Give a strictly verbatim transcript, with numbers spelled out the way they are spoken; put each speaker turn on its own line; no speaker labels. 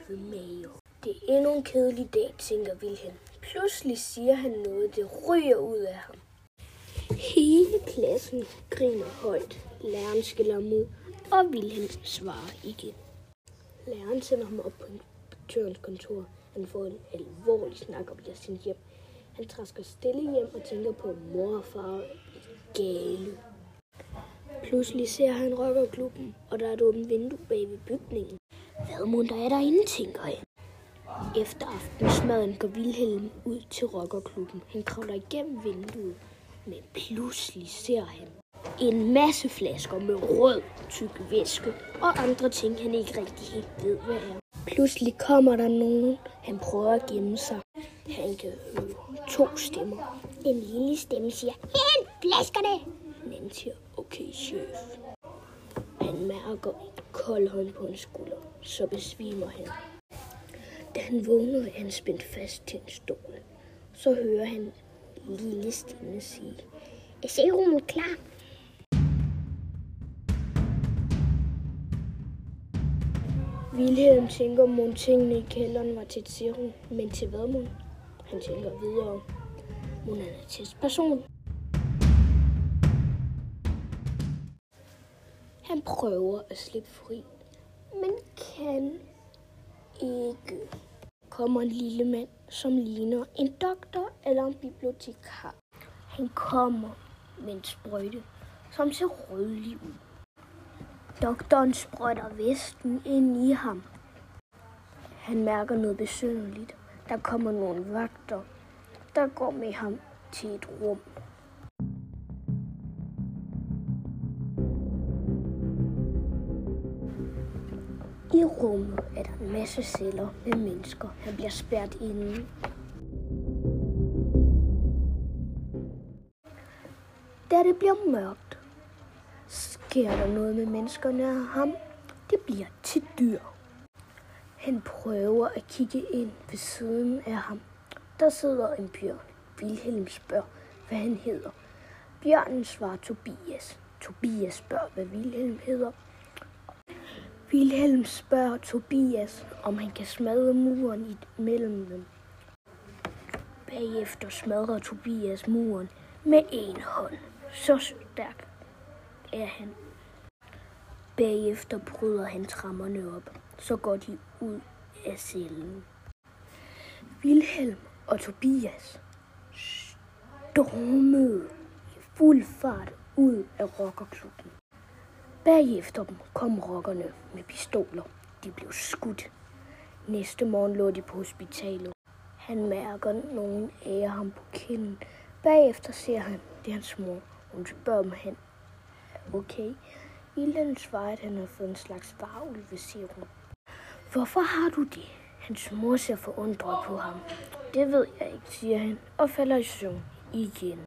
røde mave. Det er endnu en kedelig dag, tænker Vilhelm. Pludselig siger han noget, det ryger ud af ham. Hele klassen griner højt. Læreren skiller ham ud, og Vilhelm svarer igen. Læreren sender ham op på inspektørens kontor. Han får en alvorlig snak og bliver sendt hjem. Han træsker stille hjem og tænker på, at mor og far er gale. Pludselig ser han rockerklubben, og der er et åbent vindue bag ved bygningen. Hvad mon der er derinde, tænker han. Efter aftensmaden går Vilhelm ud til rockerklubben. Han kravler igennem vinduet, men pludselig ser han en masse flasker med rød tyk væske og andre ting, han ikke rigtig helt ved, hvad er. Pludselig kommer der nogen. Han prøver at gemme sig. Han kan høre to stemmer. En lille stemme siger, hent flaskerne! En anden siger, okay, chef. Han mærker en kold hånd på en skulder, så besvimer han. Da han vågner, er han spændt fast til en stol. Så hører han en lille stemme sige, er serummet klar? Vilhelm tænker, om tingene i kælderen var til et serum, men til hvad mon? Han tænker videre. Mon er en testperson. Han prøver at slippe fri, men kan ikke. Kommer en lille mand, som ligner en doktor eller en bibliotekar. Han kommer med en sprøjte, som ser rødlig ud. Doktoren sprøjter væsken ind i ham. Han mærker noget besynderligt. Der kommer nogle vagter, der går med ham til et rum. I rummet er der en masse celler med mennesker. Han bliver spærret inde. Da det bliver mørkt, sker der noget med menneskerne af ham. Det bliver til dyr. Han prøver at kigge ind ved siden af ham. Der sidder en bjørn. Vilhelm spørger, hvad han hedder. Bjørnen svarer Tobias. Tobias spørger, hvad Vilhelm hedder. Vilhelm spørger Tobias, om han kan smadre muren mellem dem. Bagefter smadrer Tobias muren med en hånd. Så stærk er han. Bagefter bryder han trammerne op. Så går de ud af cellen. Vilhelm og Tobias stormede i fuld fart ud af rockerklubben. Bagefter dem kom rockerne med pistoler. De blev skudt. Næste morgen lå de på hospitalet. Han mærker nogen ære ham på kinden. Bagefter ser han, det er hans mor. Hun spørger, om han er okay. Vilhelm svarer, at han har fået en slags varulveserum. Hvorfor har du det? Hans mor ser forundret på ham. Det ved jeg ikke, siger han, og falder i søvn igen.